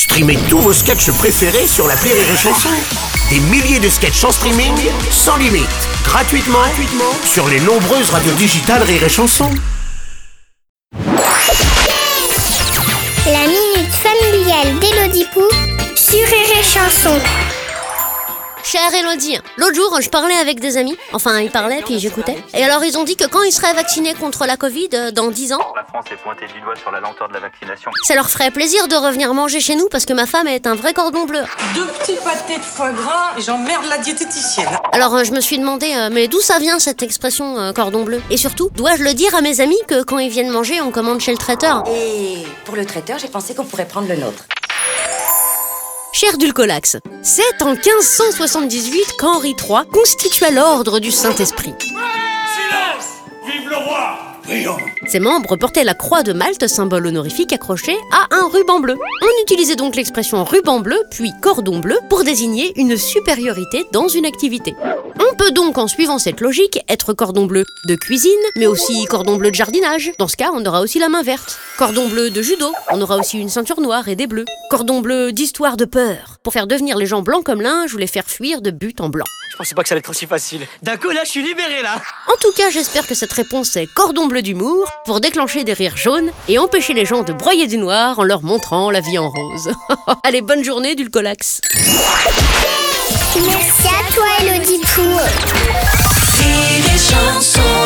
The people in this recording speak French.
Streamez tous vos sketchs préférés sur l'appli Rire et Chanson. Des milliers de sketchs en streaming, sans limite, gratuitement sur les nombreuses radios digitales Rire et Chanson. La minute familiale d'Élodie Pou sur Rire et Chanson. Chère Élodie, l'autre jour, je parlais avec des amis. Enfin, ils parlaient, puis j'écoutais. Et alors, ils ont dit que quand ils seraient vaccinés contre la Covid, dans 10 ans... La France est pointée du doigt sur la lenteur de la vaccination. Ça leur ferait plaisir de revenir manger chez nous, parce que ma femme est un vrai cordon bleu. 2 petits pâtés de foie gras et j'emmerde la diététicienne. Alors, je me suis demandé, mais d'où ça vient cette expression cordon bleu? Et surtout, dois-je le dire à mes amis que quand ils viennent manger, on commande chez le traiteur? Et pour le traiteur, j'ai pensé qu'on pourrait prendre le nôtre. Cher Dulcolax, c'est en 1578 qu'Henri III constitua l'ordre du Saint-Esprit. Silence! Vive le roi! Prions! Ses membres portaient la croix de Malte, symbole honorifique accroché à un ruban bleu. On utilisait donc l'expression ruban bleu, puis cordon bleu, pour désigner une supériorité dans une activité. On peut donc, en suivant cette logique, être cordon bleu de cuisine, mais aussi cordon bleu de jardinage. Dans ce cas, on aura aussi la main verte. Cordon bleu de judo, on aura aussi une ceinture noire et des bleus. Cordon bleu d'histoire de peur, pour faire devenir les gens blancs comme linge ou les faire fuir de but en blanc. Je pensais pas que ça allait être aussi facile. D'un coup, là, je suis libéré, là. En tout cas, j'espère que cette réponse est cordon bleu d'humour, pour déclencher des rires jaunes et empêcher les gens de broyer du noir en leur montrant la vie en rose. Allez, bonne journée, Dulcolax. Merci à toi, Élodie Pou. Et les chansons.